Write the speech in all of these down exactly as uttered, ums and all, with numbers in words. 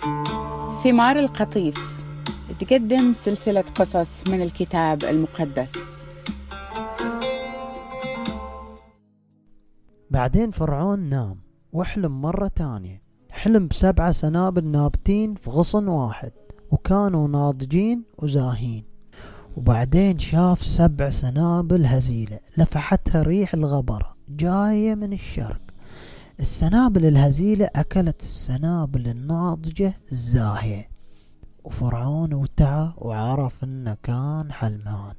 ثمار القطيف تقدم سلسلة قصص من الكتاب المقدس. بعدين فرعون نام وحلم مرة تانية، حلم بسبعة سنابل نابتين في غصن واحد وكانوا ناضجين وزاهين. وبعدين شاف سبع سنابل هزيلة لفحتها ريح الغبرة جاية من الشرق. السنابل الهزيلة أكلت السنابل الناضجة الزاهية، وفرعون وتعى وعرف إنه كان حلمان.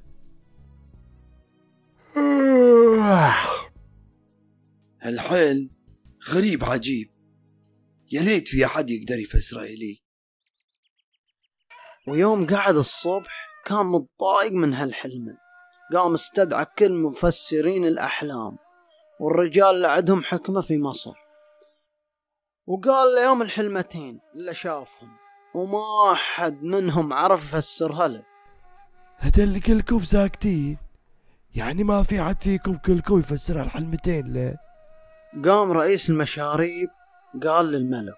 هالحلم غريب عجيب، يا ليت في أحد يقدر يفسره لي. ويوم قعد الصبح كان متضايق من هالحلم، قام استدعى كل مفسرين الأحلام والرجال اللي عندهم حكمة في مصر، وقال لهم الحلمتين اللي شافهم وما أحد منهم عرف يفسرها له. هدل كلكم ساكتين، يعني ما في حد فيكم كلكم يفسرها الحلمتين له؟ قام رئيس المشاريب قال للملك: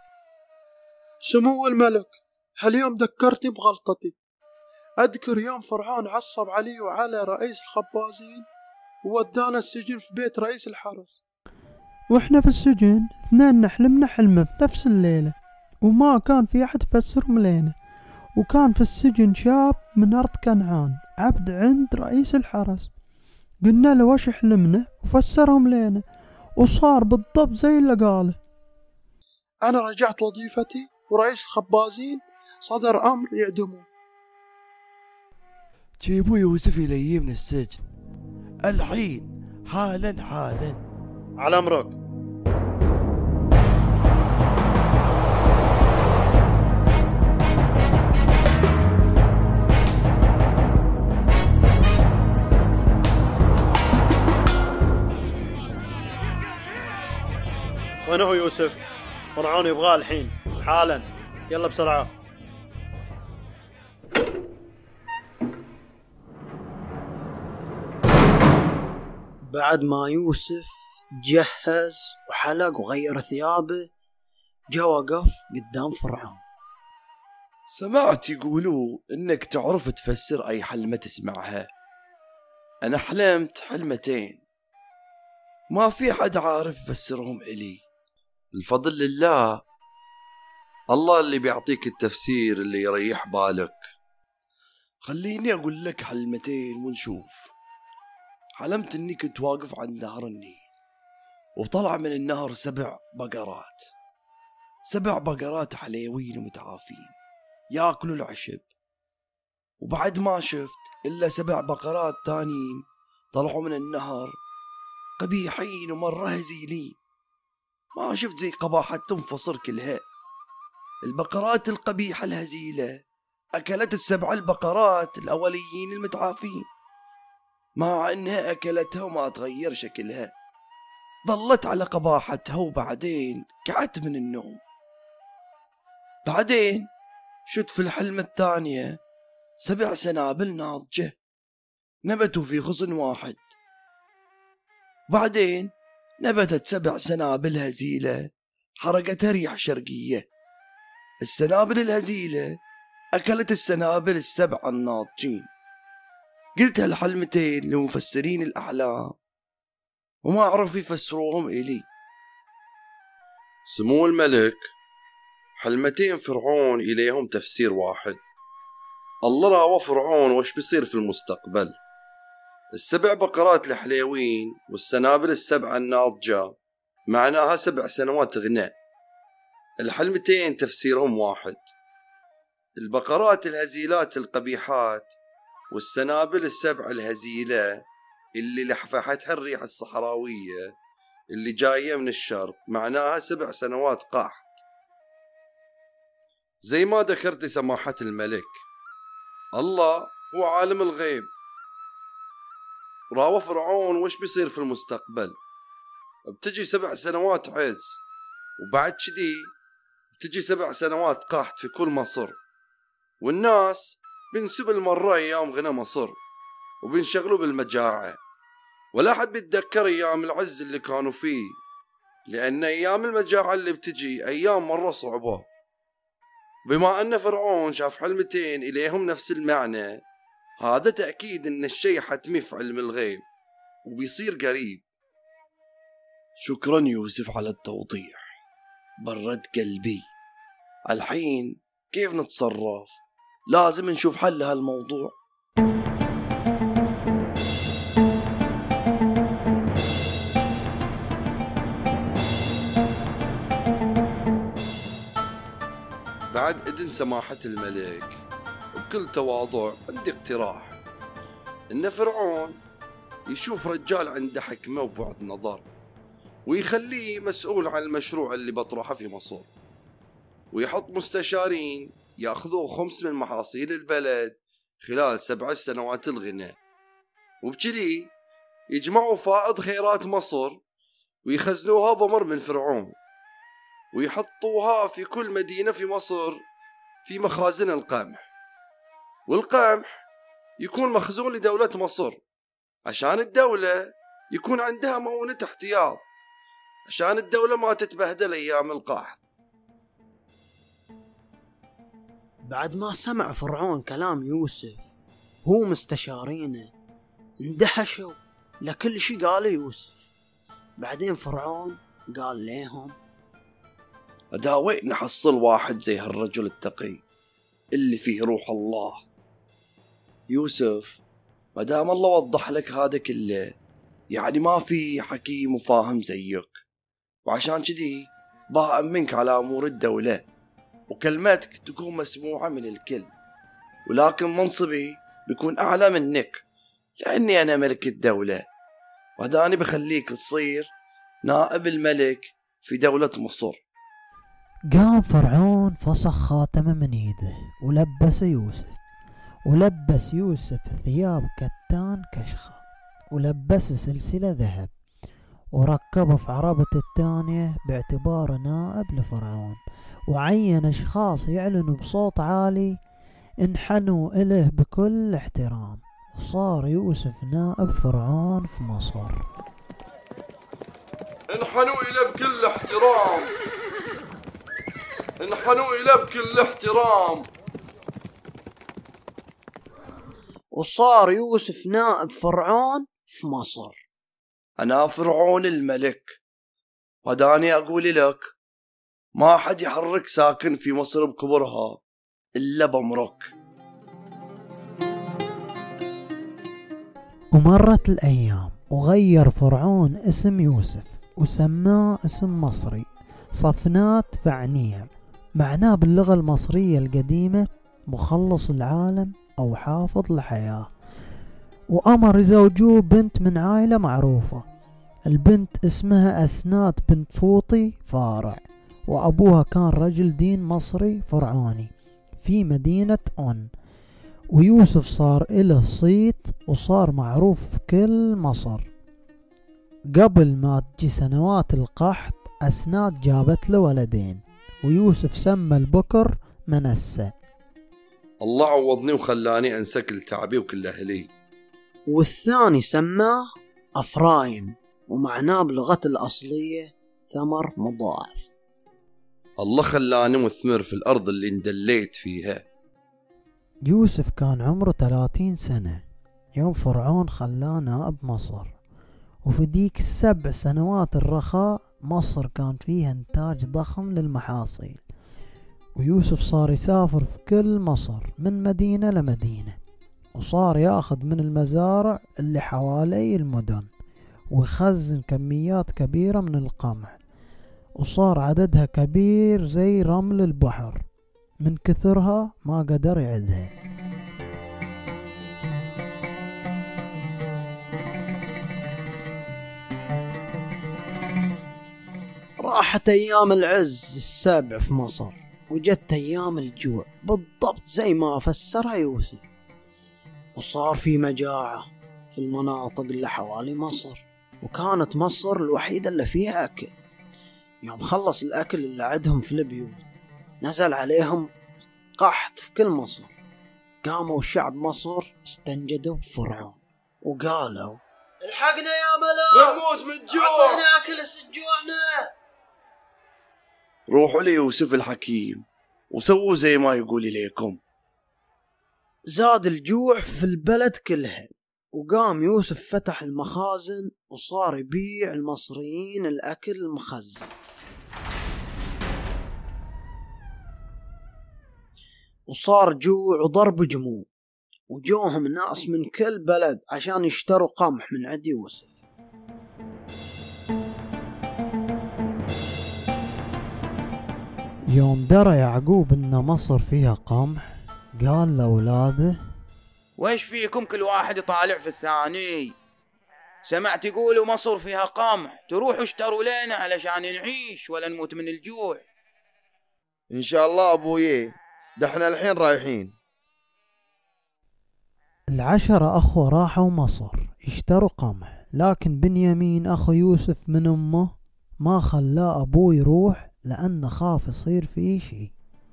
سمو الملك، هاليوم ذكرتني بغلطتي. أذكر يوم فرعون عصب علي وعلى رئيس الخبازين وودانا السجن في بيت رئيس الحرس، واحنا في السجن اثنين حلمنا حلمة في نفس الليلة وما كان في أحد يفسرهم لينا. وكان في السجن شاب من أرض كنعان عبد عند رئيس الحرس، قلنا له وش حلمنا وفسرهم لينا وصار بالضبط زي اللي قاله. أنا رجعت وظيفتي ورئيس الخبازين صدر أمر يعدموه. جيبوا يوسف إلي من السجن الحين حالا حالا. على أمرك. وين هو يوسف؟ فرعون يبغاه الحين حالا، يلا بسرعة. بعد ما يوسف جهز وحلق وغير ثيابه جا وقف قدام فرعون. سمعت يقولوا انك تعرف تفسر اي حلمة تسمعها. انا حلمت حلمتين ما في حد عارف يفسرهم إلي. الفضل لله، الله اللي بيعطيك التفسير اللي يريح بالك. خليني اقول لك حلمتين ونشوف. حلمت اني كنت واقف عند نهر النيل وطلع من النهر سبع بقرات، سبع بقرات حليوين ومتعافين ياكلوا العشب. وبعد ما شفت إلا سبع بقرات تانين طلعوا من النهر قبيحين ومرة هزيلين، ما شفت زي قباحتهم فصر كلها. البقرات القبيحة الهزيلة أكلت السبع البقرات الأوليين المتعافين، مع أنها أكلتها وما تغير شكلها، ظلت على قباحتها. وبعدين قعدت من النوم. بعدين شفت في الحلم الثانية سبع سنابل ناضجة نبتوا في غصن واحد. بعدين نبتت سبع سنابل هزيلة حرقتها ريح شرقية. السنابل الهزيلة أكلت السنابل السبع الناضجين. قلت هالحلمتين لمفسرين الأحلام وما عرفوا يفسروهم إلي. سمو الملك، حلمتين فرعون إليهم تفسير واحد. الله راوى فرعون وش بيصير في المستقبل. السبع بقرات الحليوين والسنابل السبع الناضجة معناها سبع سنوات غنى. الحلمتين تفسيرهم واحد. البقرات الهزيلات القبيحات والسنابل السبع الهزيلة اللي لحفحتها الريح الصحراوية اللي جاية من الشرق معناها سبع سنوات قحط. زي ما ذكرت سماحة الملك، الله هو عالم الغيب. راوى فرعون وش بيصير في المستقبل. بتجي سبع سنوات عز، وبعد كذي بتجي سبع سنوات قحط في كل مصر، والناس بنسب المرة أيام غنى مصر وبنشغلوا بالمجاعة، ولا حد بيتذكر أيام العز اللي كانوا فيه، لأن أيام المجاعة اللي بتجي أيام مرة صعبة. بما أن فرعون شاف حلمتين إليهم نفس المعنى، هذا تأكيد أن الشيء حتمي في علم الغيب وبيصير قريب. شكرا يوسف على التوضيح، برد قلبي. الحين كيف نتصرف؟ لازم نشوف حل هالموضوع. بعد إذن سماحة الملك وبكل تواضع عندي اقتراح، إن فرعون يشوف رجال عنده حكمة وبعد نظر ويخليه مسؤول عن المشروع اللي بطرحه في مصر، ويحط مستشارين يأخذوا خمس من محاصيل البلد خلال سبع سنوات الغناء، وبكذي يجمعوا فائض خيرات مصر ويخزنوها بمر من فرعون، ويحطوها في كل مدينة في مصر في مخازن القمح، والقمح يكون مخزون لدولة مصر عشان الدولة يكون عندها مؤونة احتياط، عشان الدولة ما تتبهدل أيام القحط. بعد ما سمع فرعون كلام يوسف هو مستشارينه اندهشوا لكل شي قاله يوسف. بعدين فرعون قال لهم: أداوين نحصل واحد زي هالرجل التقي اللي فيه روح الله. يوسف، مدام الله وضح لك هذا كله، يعني ما في حكيم وفاهم زيك، وعشان كذي بأمنك على أمور الدولة وكلمتك تكون مسموعة من الكل، ولكن منصبي بيكون أعلى منك لأني أنا ملك الدولة، وهداني بخليك تصير نائب الملك في دولة مصر. قام فرعون فسخ خاتمه من ايده ولبس يوسف، ولبس يوسف ثياب كتان كشخة، ولبس سلسلة ذهب، وركبه في عربة الثانية باعتباره نائب لفرعون، وعين اشخاص يعلنوا بصوت عالي انحنوا إله بكل احترام، وصار يوسف نائب فرعون في مصر. انحنوا إله بكل احترام، انحنوا إله بكل احترام. وصار يوسف نائب فرعون في مصر. أنا فرعون الملك، وداني أقول لك ما حد يحرك ساكن في مصر بكبرها إلا بمرك. ومرت الأيام وغير فرعون اسم يوسف وسماه اسم مصري صفنات فعنيع، معناه باللغة المصرية القديمة مخلص العالم أو حافظ الحياة. وأمر يزوجوه بنت من عائلة معروفة، البنت اسمها أسنات بنت فوطي فارع، وأبوها كان رجل دين مصري فرعوني في مدينة أون. ويوسف صار إله صيت وصار معروف في كل مصر. قبل ما تجي سنوات القحط أسنات جابت له ولدين، ويوسف سمى البكر منسى. الله عوضني وخلاني أنسى كل تعبي وكل أهلي. والثاني سماه أفرايم، ومعناه بلغته الأصلية ثمر مضاعف. الله خلاني مثمر في الأرض اللي اندليت فيها. يوسف كان عمره ثلاثين سنة يوم فرعون خلاه نائب مصر، وفي ديك السبع سنوات الرخاء مصر كان فيها انتاج ضخم للمحاصيل، ويوسف صار يسافر في كل مصر من مدينة لمدينة، وصار ياخذ من المزارع اللي حوالي المدن ويخزن كميات كبيرة من القمح، وصار عددها كبير زي رمل البحر، من كثرها ما قدر يعدها. راحت أيام العز السابع في مصر، وجت أيام الجوع بالضبط زي ما فسرها يوسف، وصار في مجاعة في المناطق اللي حوالي مصر، وكانت مصر الوحيدة اللي فيها أكل. يوم خلص الأكل اللي عندهم في البيوت نزل عليهم قحط في كل مصر. قاموا شعب مصر استنجدوا بفرعون وقالوا: الحقنا يا ملك، نموت من الجوع، أعطينا أكل سجوعنا. روحوا ليوسف الحكيم وسووا زي ما يقول إليكم. زاد الجوع في البلد كلها، وقام يوسف فتح المخازن وصار يبيع المصريين الأكل المخزن. وصار جوع وضرب جموع، وجوهم ناس من كل بلد عشان يشتروا قمح من عند يوسف. يوم درى يعقوب ان مصر فيها قمح قال لأولاده: ويش فيكم كل واحد يطالع في الثاني؟ سمعت يقولوا مصر فيها قمح، تروحوا اشتروا لنا علشان نعيش ولا نموت من الجوع. إن شاء الله أبوي، ده احنا الحين رايحين. العشرة أخوة راحوا مصر يشتروا قمح، لكن بنيامين أخو يوسف من أمه ما خلاه أبوه يروح لأنه خاف يصير فيه شي.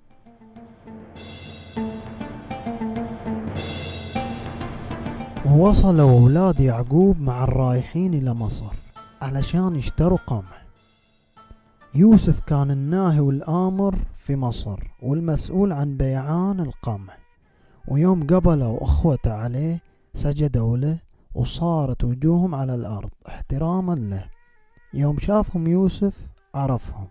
ووصلوا أولاد يعقوب مع الرايحين إلى مصر علشان يشتروا قمح. يوسف كان الناهي والآمر في مصر والمسؤول عن بيعان القمح، ويوم قبلوا أخوته عليه سجدوا له وصارت وجوههم على الأرض احتراما له. يوم شافهم يوسف عرفهم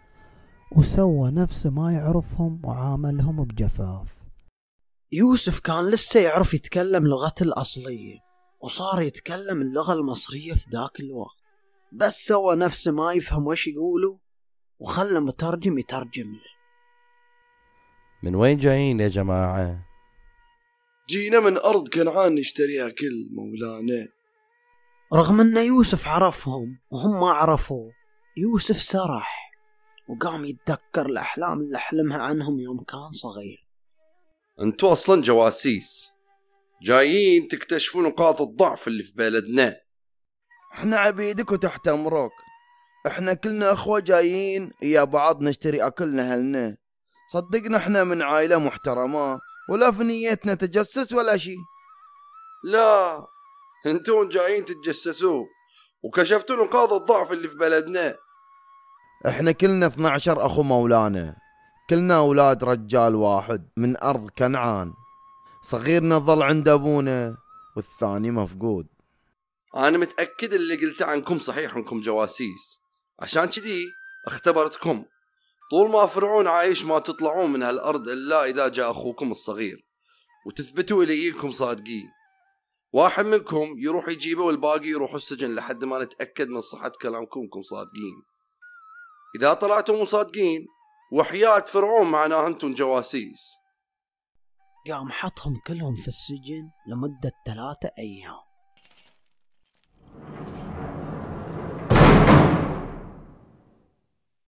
وسوى نفسه ما يعرفهم وعاملهم بجفاف. يوسف كان لسه يعرف يتكلم لغته الأصلية، وصار يتكلم اللغة المصرية في ذاك الوقت، بس سوى نفسه ما يفهم وش يقولوا وخلى مترجم يترجم له. من وين جايين يا جماعة؟ جينا من أرض كنعان نشتري أكل مولانا. رغم أن يوسف عرفهم وهم ما عرفوه، يوسف سرح وقام يتذكر الأحلام اللي حلمها عنهم يوم كان صغير. أنتوا أصلا جواسيس جايين تكتشفوا نقاط الضعف اللي في بلدنا. احنا عبيدك وتحت أمرك، احنا كلنا أخوة جايين يا بعض نشتري أكلنا هلنا. صدقنا احنا من عائلة محترمة ولا في نيتنا تجسس ولا شي. لا، انتوا جايين تتجسسوا وكشفتوا نقاط الضعف اللي في بلدنا. احنا كلنا اثنا عشر أخو مولانا، كلنا أولاد رجال واحد من أرض كنعان. صغيرنا ظل عند أبونا والثاني مفقود. أنا متأكد اللي قلت عنكم صحيح، أنكم جواسيس، عشان كذي اختبرتكم. طول ما فرعون عايش ما تطلعون من هالأرض إلا إذا جاء أخوكم الصغير وتثبتوا إليكم صادقين. واحد منكم يروح يجيبه والباقي يروحوا السجن لحد ما نتأكد من صحة كلامكم انكم صادقين. إذا طلعتم مصادقين وحياة فرعون معناه أنتم جواسيس. قام حطهم كلهم في السجن لمدة ثلاثة أيام.